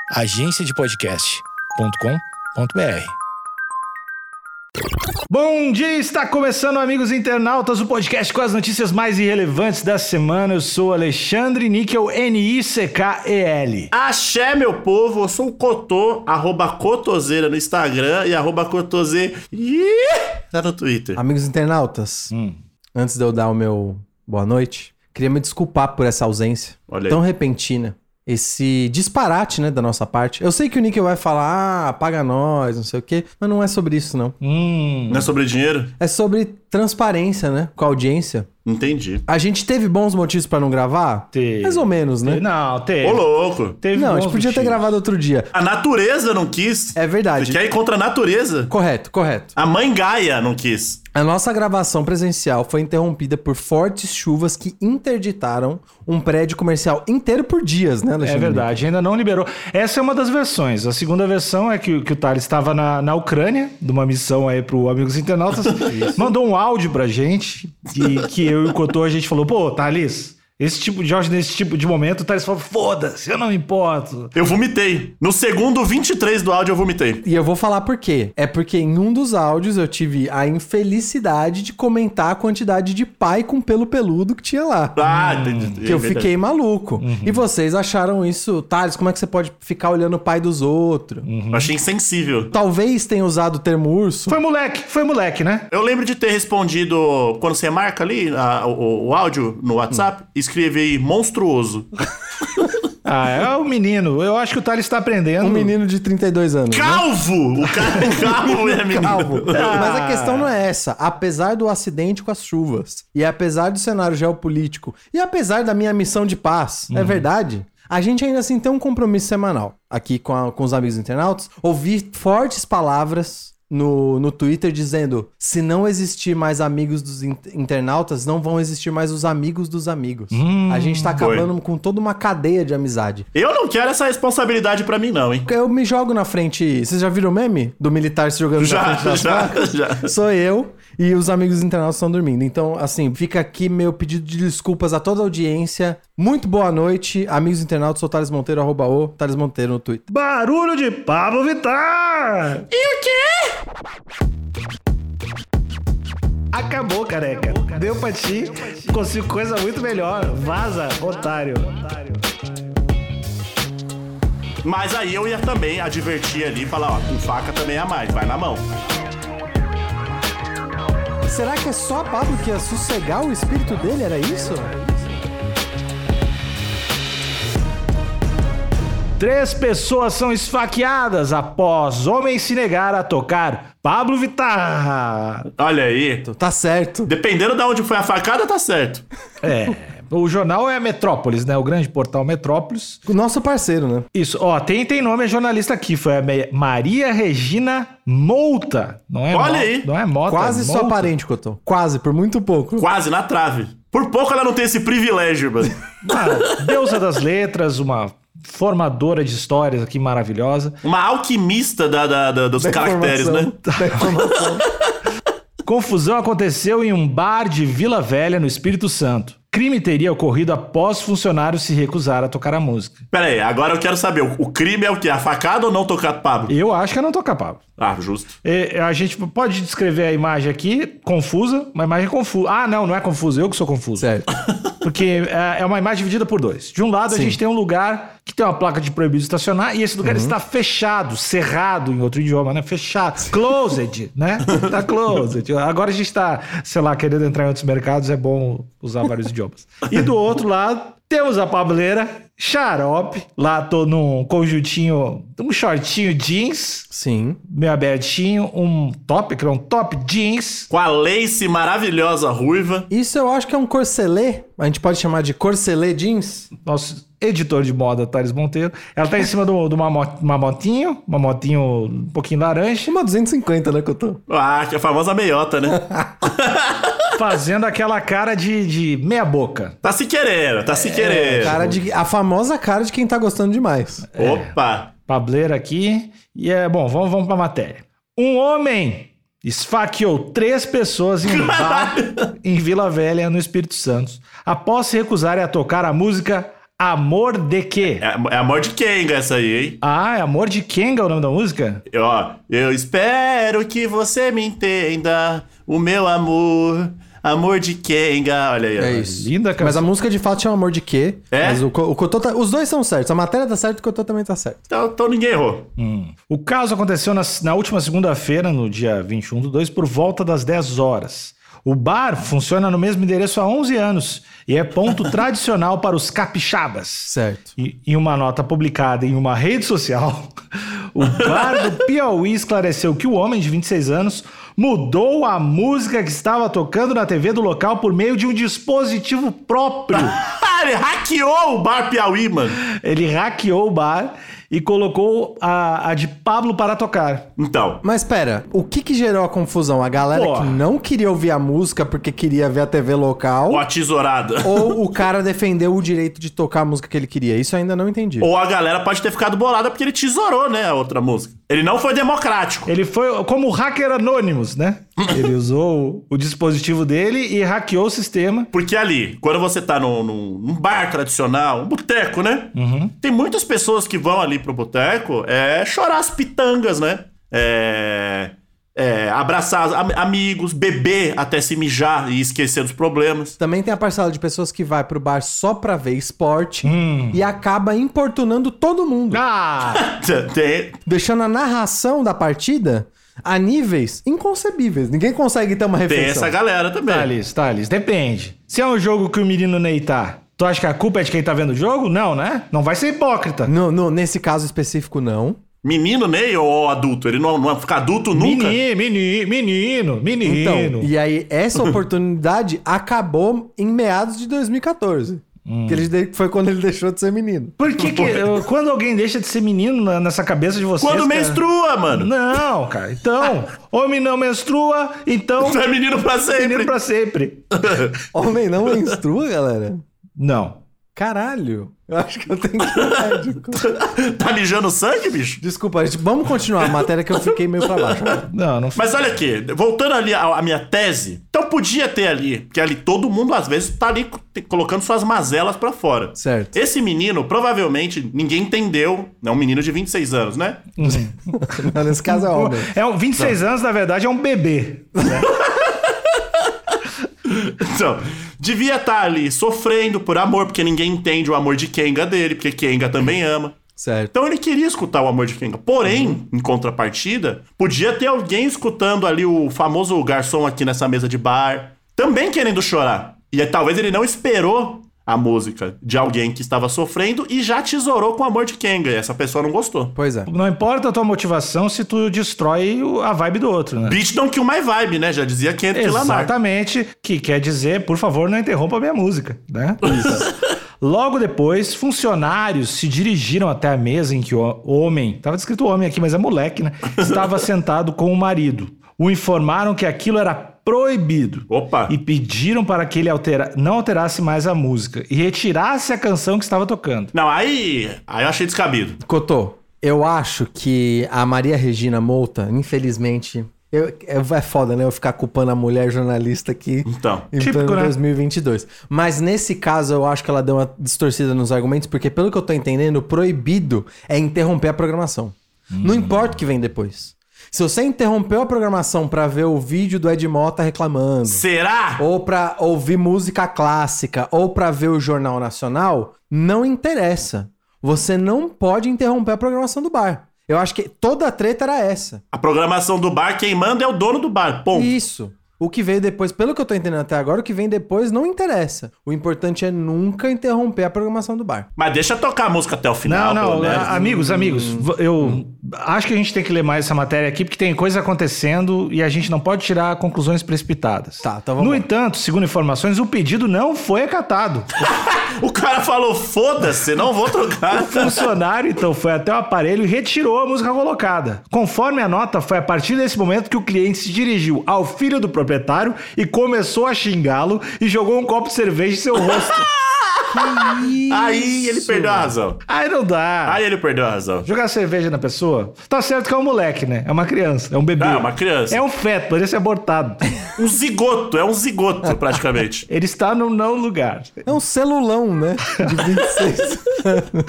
agenciadepodcast.com.br. Bom dia, está começando, amigos internautas, o podcast com as notícias mais irrelevantes da semana. Eu sou Alexandre Níquel, N-I-C-K-E-L. Axé, meu povo, eu sou o Cotô, @cotoseira no Instagram e @cotoseira tá no Twitter. Amigos internautas, antes de eu dar o meu boa noite, queria me desculpar por essa ausência tão repentina. Esse disparate, né, da nossa parte. Eu sei que o Níquel vai falar, paga nós, não sei o quê, mas não é sobre isso, não. Não é sobre dinheiro? É sobre transparência, né, com a audiência. Entendi. A gente teve bons motivos pra não gravar? Teve. Mais ou menos, né? Não, teve. Ô, louco. Teve Não, a bons gente podia ter motivos. gravado outro dia. A natureza não quis. É verdade. Você quer ir contra a natureza? Correto. A mãe Gaia não quis. A nossa gravação presencial foi interrompida por fortes chuvas que interditaram um prédio comercial inteiro por dias, né, Alexandre? É verdade, ainda não liberou. Essa é uma das versões. A segunda versão é que o Thales estava na Ucrânia, de uma missão aí pro Amigos Internautas. Mandou um áudio pra gente, que eu e o Cotô, a gente falou, pô, Thales, esse tipo de áudio, nesse tipo de momento, o Thales falou, foda-se, eu não me importo. Eu vomitei. No segundo 23 do áudio eu vomitei. E eu vou falar por quê. É porque em um dos áudios eu tive a infelicidade de comentar a quantidade de pai com pelo peludo que tinha lá. Ah, entendi. Que eu fiquei maluco. E vocês acharam isso, Thales, como é que você pode ficar olhando o pai dos outros? Eu achei insensível. Talvez tenha usado o termo urso. Foi moleque, né? Eu lembro de ter respondido, quando você marca ali o áudio no WhatsApp, escreve aí, monstruoso. Ah, é o menino. Eu acho que o Thales está aprendendo. Um menino de 32 anos. Calvo! Né? O cara é calvo, é menino. Calvo. Mas a questão não é essa. Apesar do acidente com as chuvas, e apesar do cenário geopolítico, e apesar da minha missão de paz, é verdade, a gente ainda assim tem um compromisso semanal aqui com os amigos internautas, ouvir fortes palavras no Twitter dizendo, se não existir mais amigos dos internautas, não vão existir mais os amigos dos amigos. A gente tá acabando com toda uma cadeia de amizade. Eu não quero essa responsabilidade pra mim não, hein? Eu me jogo na frente... Vocês já viram o meme? Do militar se jogando na frente das facas? Já. Sou eu e os amigos internautas estão dormindo. Então, assim, fica aqui meu pedido de desculpas a toda a audiência. Muito boa noite, amigos internautas. Sou Thales Monteiro, @Thales Monteiro no Twitter. Barulho de Pablo Vittar! E o quê? Acabou, careca. Deu pra ti. Consigo coisa muito melhor. Vaza, otário. Mas aí eu ia também advertir ali e falar, ó, com faca também é a mais, vai na mão. Será que é só Pablo que ia sossegar o espírito dele? Era isso? 3 pessoas são esfaqueadas após homem se negar a tocar Pablo Vittar. Olha aí. Tá certo. Dependendo de onde foi a facada, tá certo. O jornal é Metrópolis, né? O grande portal Metrópolis. O nosso parceiro, né? Isso, ó, tem nome, é jornalista aqui. Foi a Maria Regina Mouta. Não é Olha aí. Não é Mota. Quase é sua Mouta. parente, Cotô. Quase, por muito pouco. Quase na trave. Por pouco ela não tem esse privilégio, mano. Deusa das letras, uma formadora de histórias aqui maravilhosa. Uma alquimista dos caracteres, né? Da informação. Confusão aconteceu em um bar de Vila Velha, no Espírito Santo. Crime teria ocorrido após funcionário se recusar a tocar a música. Pera aí, agora eu quero saber, o crime é o quê? A facada ou não tocar Pablo? Eu acho que é não tocar Pablo. Ah, justo. A gente pode descrever a imagem aqui, confusa, uma imagem confusa. Ah, não é confusa, eu que sou confuso. Certo. Porque é uma imagem dividida por 2. De um lado, a gente tem um lugar que tem uma placa de proibido estacionar e esse lugar está fechado, cerrado em outro idioma, né? Fechado. Closed, né? Tá closed. Agora a gente tá, sei lá, querendo entrar em outros mercados, é bom usar vários idiomas. E do outro lado, temos a Pableira, Xarope. Lá tô num conjuntinho, um shortinho jeans. Sim. Meio abertinho, um top jeans. Com a lace maravilhosa ruiva. Isso eu acho que é um corselê. A gente pode chamar de corselê jeans. Nosso editor de moda, Thales Monteiro. Ela tá em cima de uma motinho um pouquinho laranja. Uma 250, né, Cotô? Ah, que é a famosa meiota, né? Fazendo aquela cara de meia boca. Tá se querendo. A famosa cara de quem tá gostando demais. Opa! Pableira aqui. E vamos pra matéria. Um homem esfaqueou 3 pessoas em um bar em Vila Velha, no Espírito Santo, após se recusarem a tocar a música Amor de quê? É Amor de Kenga essa aí, hein? Ah, é Amor de Kenga o nome da música? Eu espero que você me entenda, o meu amor, Amor de Kenga. Olha aí. É isso. Linda canção. Mas a música de fato chama Amor de Quê? É? Mas o Cotô os dois são certos. A matéria tá certa e o Cotô também tá certo. Então ninguém errou. O caso aconteceu na última segunda-feira, no dia 21/2, por volta das 10 horas. O bar funciona no mesmo endereço há 11 anos e é ponto tradicional para os capixabas. Certo. Em uma nota publicada em uma rede social, o bar do Piauí esclareceu que o homem de 26 anos mudou a música que estava tocando na TV do local por meio de um dispositivo próprio. Ele hackeou o Bar Piauí, mano. Ele hackeou o bar e colocou a de Pablo para tocar. Então, Mas pera, o que gerou a confusão? A galera Porra. que não queria ouvir a música porque queria ver a TV local? ou a tesourada. Ou o cara defendeu o direito de tocar a música que ele queria? Isso eu ainda não entendi. Ou a galera pode ter ficado bolada porque ele tesourou, né, a outra música. Ele não foi democrático. Ele foi como hacker Anonymous, né? Ele usou o dispositivo dele e hackeou o sistema. Porque ali, quando você tá num bar tradicional, um boteco, né? Tem muitas pessoas que vão ali pro boteco chorar as pitangas, né? Abraçar amigos, beber até se mijar e esquecer dos problemas. Também tem a parcela de pessoas que vai pro bar só pra ver esporte e acaba importunando todo mundo. Ah! Tem- Deixando a narração da partida a níveis inconcebíveis. Ninguém consegue ter uma Tem refeição. essa galera também. Thales, depende. Se é um jogo que o menino Ney tá, tu acha que a culpa é de quem tá vendo o jogo? Não, né? Não vai ser hipócrita. Nesse caso específico, não. Menino, Ney, ou adulto? Ele não vai ficar adulto nunca? Menino. Então, e aí essa oportunidade acabou em meados de 2014. Que foi quando ele deixou de ser menino. Por que quando alguém deixa de ser menino nessa cabeça de vocês, Quando cara? menstrua, mano. Não, cara. Então, homem não menstrua, então... Tu é menino pra sempre. Menino pra sempre. Homem não menstrua, galera? Não. Caralho. Eu acho que eu tenho que ir no médico. Tá mijando sangue, bicho? Desculpa, vamos continuar a matéria que eu fiquei meio pra baixo. Não. Mas olha aqui, voltando ali à minha tese, então podia ter ali, porque ali todo mundo às vezes tá ali colocando suas mazelas pra fora. Certo. Esse menino, provavelmente, ninguém entendeu, é um menino de 26 anos, né? Não, nesse caso é homem. 26 anos, na verdade, é um bebê. Então, devia estar ali sofrendo por amor, porque ninguém entende o amor de Kenga dele, porque Kenga também ama. Certo. Então ele queria escutar o amor de Kenga. Porém, em contrapartida, podia ter alguém escutando ali o famoso garçom aqui nessa mesa de bar, também querendo chorar. E talvez ele não esperou a música de alguém que estava sofrendo e já tesourou com o amor de Kenga. E essa pessoa não gostou. Pois é. Não importa a tua motivação se tu destrói a vibe do outro, né? Beat don't kill my vibe, né? Já dizia Kendrick Lamar. Exatamente. Que quer dizer, por favor, não interrompa a minha música, né? Isso. Logo depois, funcionários se dirigiram até a mesa em que o homem... Tava descrito homem aqui, mas é moleque, né? Estava sentado com o marido. O informaram que aquilo era proibido. Opa! E pediram para que ele não alterasse mais a música e retirasse a canção que estava tocando. Não, aí eu achei descabido. Cotô, eu acho que a Maria Regina Mouta, infelizmente... é foda, né? Eu ficar culpando a mulher jornalista aqui Então, em típico, pleno né? 2022. Mas nesse caso, eu acho que ela deu uma distorcida nos argumentos, porque pelo que eu tô entendendo, o proibido é interromper a programação. Não importa o que vem depois. Se você interrompeu a programação pra ver o vídeo do Ed Mota reclamando, será? ou pra ouvir música clássica, ou pra ver o Jornal Nacional, não interessa. Você não pode interromper a programação do bar. Eu acho que toda a treta era essa. A programação do bar, quem manda é o dono do bar, ponto. Isso. O que veio depois, pelo que eu tô entendendo até agora, o que vem depois não interessa. O importante é nunca interromper a programação do bar. Mas deixa tocar a música até o final, Não, pelo menos. amigos, eu acho que a gente tem que ler mais essa matéria aqui, porque tem coisa acontecendo e a gente não pode tirar conclusões precipitadas. Tá, então vamos No lá. entanto, segundo informações, o pedido não foi acatado. O cara falou, foda-se, não vou trocar. O funcionário, então, foi até o aparelho e retirou a música colocada. Conforme a nota, foi a partir desse momento que o cliente se dirigiu ao filho do proprietário e começou a xingá-lo e jogou um copo de cerveja em seu rosto. Aí ele perdeu a razão. Aí não dá. Aí ele perdeu a razão. Jogar cerveja na pessoa. Tá certo que é um moleque, né? É uma criança, é um bebê. É uma criança. É um feto, poderia ser abortado. Um zigoto, praticamente. Ele está no não lugar. É um celulão, né? De 26 anos.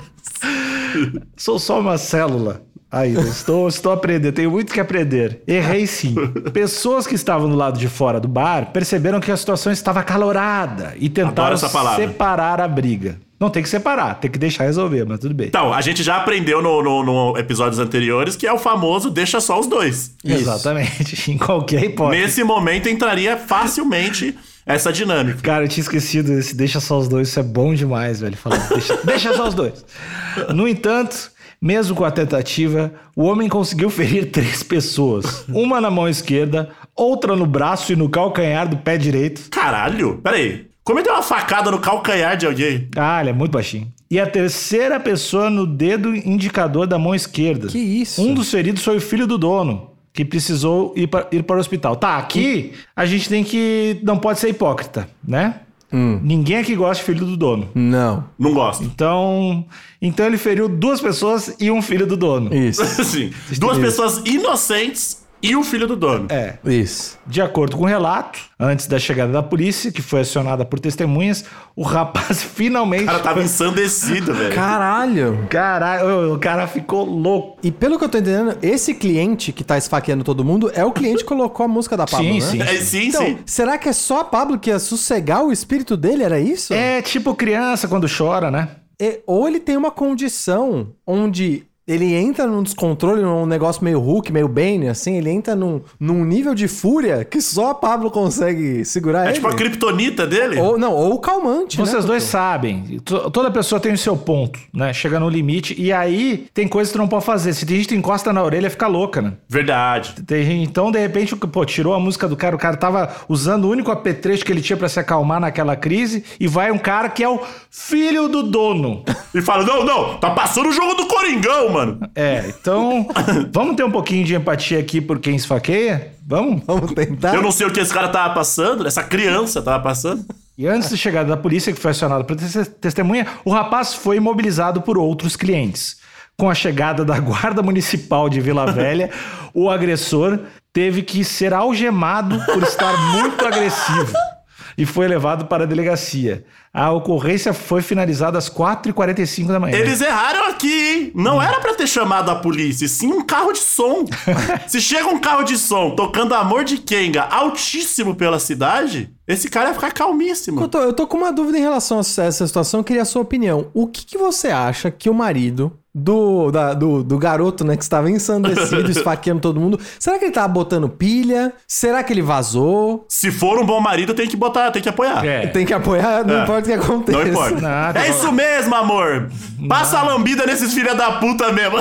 Sou só uma célula. Ainda, estou aprendendo, tenho muito que aprender. Errei sim. Pessoas que estavam do lado de fora do bar perceberam que a situação estava acalorada e tentaram separar a briga. Não tem que separar, tem que deixar resolver, mas tudo bem. Então, a gente já aprendeu no episódios anteriores que é o famoso deixa só os dois. Isso. Exatamente, em qualquer hipótese. Nesse momento entraria facilmente essa dinâmica. Cara, eu tinha esquecido desse deixa só os dois, isso é bom demais, velho. Falando, deixa só os dois. No entanto, mesmo com a tentativa, o homem conseguiu ferir 3 pessoas. Uma na mão esquerda, outra no braço e no calcanhar do pé direito. Caralho, peraí. Como ele deu uma facada no calcanhar de alguém? Ah, ele é muito baixinho. E a terceira pessoa no dedo indicador da mão esquerda. Que isso? Um dos feridos foi o filho do dono, que precisou ir para o hospital. Tá, aqui a gente tem que... Não pode ser hipócrita, né? Ninguém aqui gosta de filho do dono. Não. Não gosto. Então ele feriu 2 pessoas e um filho do dono. Isso. Sim. 2 pessoas inocentes e o filho do dono. É. Isso. De acordo com o relato, antes da chegada da polícia, que foi acionada por testemunhas, o rapaz finalmente... O cara tava ensandecido, velho. Caralho. Caralho, o cara ficou louco. E pelo que eu tô entendendo, esse cliente que tá esfaqueando todo mundo é o cliente que colocou a música da Pablo, Sim, né? sim. Sim, Então, sim. será que é só a Pablo que ia sossegar o espírito dele? Era isso? É tipo criança quando chora, né? Ou ele tem uma condição onde ele entra num descontrole, num negócio meio Hulk, meio Bane, assim, ele entra num nível de fúria que só a Pablo consegue segurar ele. É tipo a criptonita dele? Ou o calmante, Vocês né? dois sabem, toda pessoa tem o seu ponto, né? Chega no limite, e aí tem coisas que tu não pode fazer. Se tem gente que encosta na orelha, fica louca, né? Verdade. Tem gente, então, de repente, pô, tirou a música do cara, o cara tava usando o único apetrecho que ele tinha pra se acalmar naquela crise, e vai um cara que é o filho do dono. E fala, não, tá passando o jogo do Coringão, mano. É, então, vamos ter um pouquinho de empatia aqui por quem esfaqueia? Vamos? Vamos tentar? Eu não sei o que esse cara tava passando, essa criança tava passando. E antes da chegada da polícia, que foi acionada por testemunha, o rapaz foi imobilizado por outros clientes. Com a chegada da Guarda Municipal de Vila Velha, o agressor teve que ser algemado por estar muito agressivo e foi levado para a delegacia. A ocorrência foi finalizada às 4h45 da manhã. Eles erraram aqui, hein? Não era pra ter chamado a polícia, e sim um carro de som. Se chega um carro de som tocando Amor de Kenga altíssimo pela cidade, esse cara ia ficar calmíssimo. Eu tô com uma dúvida em relação a essa situação, eu queria a sua opinião. O que você acha que o marido do garoto, né, que estava ensandecido, esfaqueando todo mundo, será que ele tava botando pilha? Será que ele vazou? Se for um bom marido, tem que apoiar. É. Tem que apoiar, não importa o que aconteça. Não importa. Nada. É isso mesmo, amor. Passa a lambida nesses filha da puta mesmo.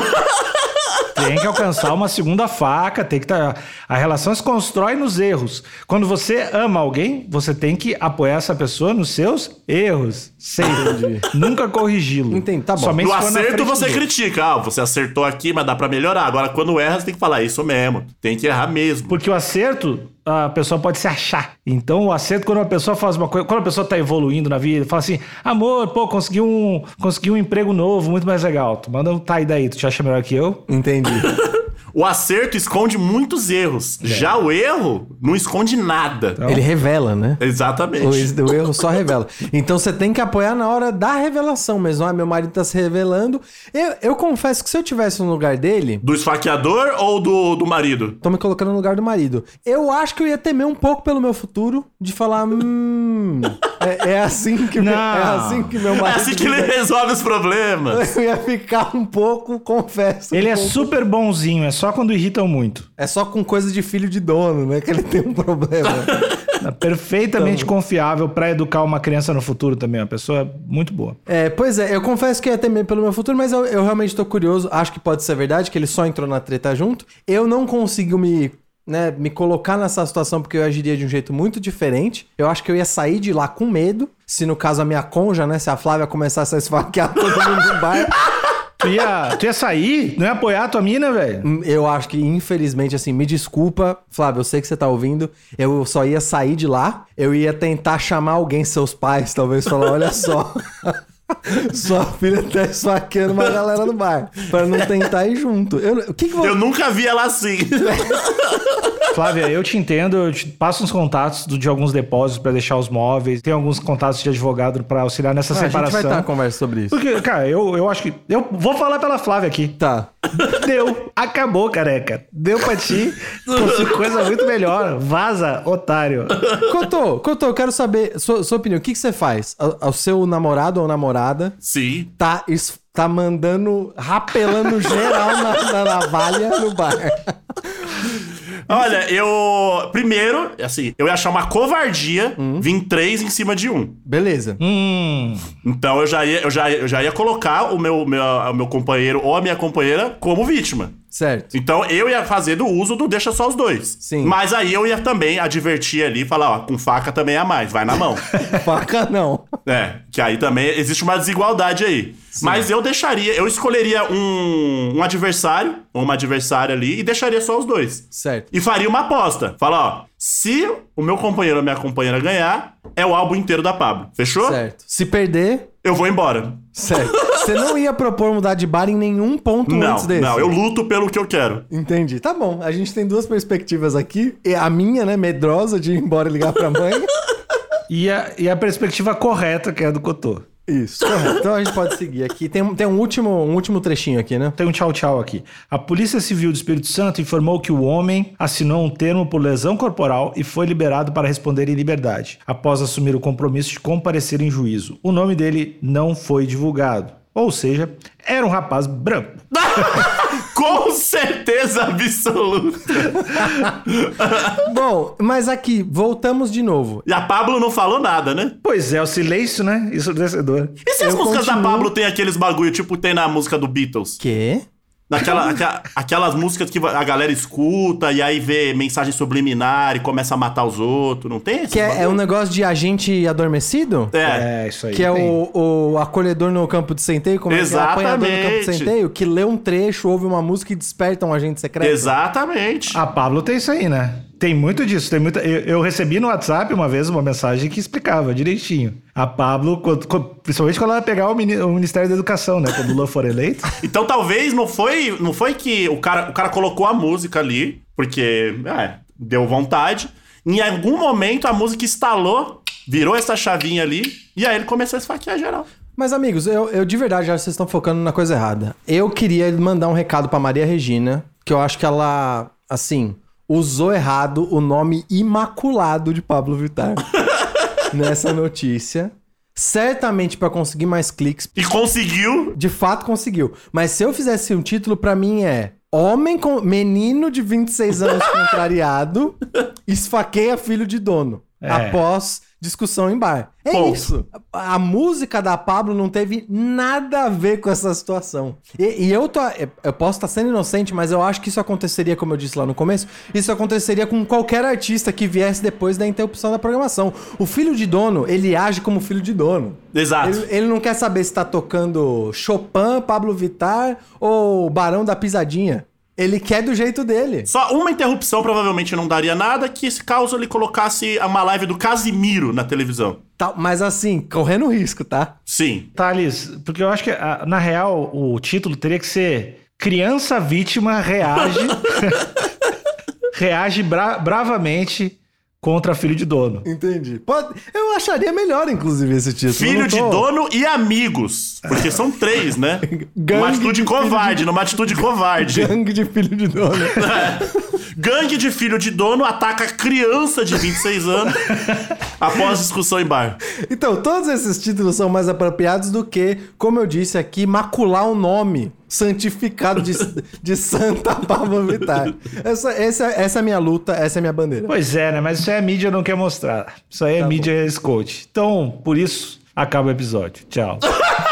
Tem que alcançar uma segunda faca, tem que a relação se constrói nos erros. Quando você ama alguém, você tem que apoiar essa pessoa nos seus erros. Sempre. Nunca corrigi-lo. Entendi, tá bom. Somente No se for na acerto frente você dos outros. critica. Ah, você acertou aqui, mas dá pra melhorar. Agora, quando erra, você tem que falar isso mesmo. Tem que errar mesmo. Porque o acerto, a pessoa pode se achar. Então, o acerto, quando uma pessoa faz uma coisa... Quando a pessoa tá evoluindo na vida, fala assim, amor, pô, consegui um emprego novo, muito mais legal. Tu manda um tá, e daí? Tu te acha melhor que eu? Entendi. O acerto esconde muitos erros. Já o erro não esconde nada. Então, Ele revela, né? Exatamente. O erro só revela. Então você tem que apoiar na hora da revelação mesmo. Ah, meu marido tá se revelando. Eu confesso que se eu tivesse no lugar dele... Do esfaqueador ou do marido? Tô me colocando no lugar do marido. Eu acho que eu ia temer um pouco pelo meu futuro de falar, é assim que meu marido... É assim que ele resolve os problemas. Eu ia ficar um pouco, confesso. Ele um é pouco... super bonzinho, é só quando irritam muito. É só com coisa de filho de dono, né? Que ele tem um problema. É perfeitamente confiável pra educar uma criança no futuro também. Uma pessoa muito boa. Pois é, eu confesso que ia temer pelo meu futuro, mas eu realmente tô curioso. Acho que pode ser verdade, que ele só entrou na treta junto. Eu não consigo me colocar nessa situação porque eu agiria de um jeito muito diferente. Eu acho que eu ia sair de lá com medo. Se no caso a minha conja, né? Se a Flávia começasse a esfaquear todo mundo no bar... Tu ia sair? Não ia apoiar a tua mina, velho? Eu acho que, infelizmente, assim, me desculpa, Flávio, eu sei que você tá ouvindo, eu só ia sair de lá, eu ia tentar chamar alguém, seus pais, talvez, falar, olha só... Sua filha tá esfaqueando uma galera no bar. Pra não tentar ir junto. Eu nunca vi ela assim. Flávia, eu te entendo. Eu te passo uns contatos de alguns depósitos pra deixar os móveis. Tem alguns contatos de advogado pra auxiliar nessa separação. A gente vai ter uma conversa sobre isso. Porque, cara, eu acho que... Eu vou falar pela Flávia aqui. Tá. Deu. Acabou, careca. Deu pra ti. Fosse coisa muito melhor. Vaza, otário. Cotô, eu quero saber sua opinião. O que você faz? O seu namorado ou namorada Sim. tá mandando, rapelando geral na navalha no bar. Olha, primeiro, assim, eu ia achar uma covardia vir 3 em cima de 1. Beleza. Então eu já ia colocar o meu companheiro ou a minha companheira como vítima. Certo. Então eu ia fazer do uso do deixa só os dois. Sim. Mas aí eu ia também advertir ali e falar, ó, com faca também é a mais, vai na mão. Faca não. Que aí também existe uma desigualdade aí. Sim. Mas eu escolheria um adversário ou uma adversária ali e deixaria só os dois. Certo. E faria uma aposta. Fala, ó, se o meu companheiro ou a minha companheira ganhar, é o álbum inteiro da Pablo. Fechou? Certo. Se perder... eu vou embora. Certo. Você não ia propor mudar de bar em nenhum ponto antes desse? Não, eu luto pelo que eu quero. Entendi. Tá bom. A gente tem 2 perspectivas aqui. E a minha, né, medrosa de ir embora e ligar pra mãe. E a perspectiva correta, que é a do Cotô. Isso, correto. Então a gente pode seguir aqui. Tem um último trechinho aqui, né? Tem um tchau aqui. A Polícia Civil do Espírito Santo informou que o homem assinou um termo por lesão corporal e foi liberado para responder em liberdade, após assumir o compromisso de comparecer em juízo. O nome dele não foi divulgado. Ou seja, era um rapaz branco. Com certeza absoluta. Bom, mas aqui, voltamos de novo. E a Pablo não falou nada, né? Pois é, o silêncio, né? Ensurdecedor. E se as músicas da Pablo tem aqueles bagulho, tipo tem na música do Beatles? Quê? Aquelas músicas que a galera escuta e aí vê mensagem subliminar e começa a matar os outros, não tem? Que é um negócio de agente adormecido? É, isso aí. Que é o acolhedor no campo de centeio, como exatamente. É apanhador no campo de centeio, que lê um trecho, ouve uma música e desperta um agente secreto. Exatamente. A Pablo tem isso aí, né? Tem muito disso. Eu recebi no WhatsApp uma vez uma mensagem que explicava direitinho. A Pablo, principalmente quando ela pegar o Ministério da Educação, né? Quando o Lula for eleito. Então talvez não foi que o cara colocou a música ali, porque deu vontade. Em algum momento a música instalou, virou essa chavinha ali, e aí ele começou a esfaquear geral. Mas, amigos, eu de verdade acho que vocês estão focando na coisa errada. Eu queria mandar um recado pra Maria Regina, que eu acho que ela, assim... usou errado o nome imaculado de Pablo Vittar nessa notícia. Certamente pra conseguir mais cliques. E conseguiu. De fato conseguiu. Mas se eu fizesse um título, pra mim é... menino de 26 anos contrariado esfaqueia filho de dono. Após discussão em bar. É isso. A música da Pablo não teve nada a ver com essa situação. E eu posso estar sendo inocente, mas eu acho que isso aconteceria, como eu disse lá no começo, isso aconteceria com qualquer artista que viesse depois da interrupção da programação. O filho de dono, ele age como filho de dono. Exato. Ele não quer saber se tá tocando Chopin, Pablo Vittar ou Barão da Pisadinha. Ele quer do jeito dele. Só uma interrupção provavelmente não daria nada, que se caso ele colocasse uma live do Casimiro na televisão. Tá, mas assim, correndo risco, tá? Sim. Thales, porque eu acho que, na real, o título teria que ser Criança Vítima Reage reage bravamente contra filho de dono. Entendi. Eu acharia melhor, inclusive, esse título. Filho de dono e amigos. Porque são 3, né? Uma atitude covarde, numa atitude covarde. Gangue de filho de dono. Gangue de filho de dono ataca criança de 26 anos após discussão em bar. Então, todos esses títulos são mais apropriados do que, como eu disse aqui, macular o nome santificado de Santa Pablo Vittar. Essa é a minha luta, essa é a minha bandeira. Pois é, né? Mas isso aí a mídia não quer mostrar. Isso aí é mídia escote. Então, por isso, acaba o episódio. Tchau.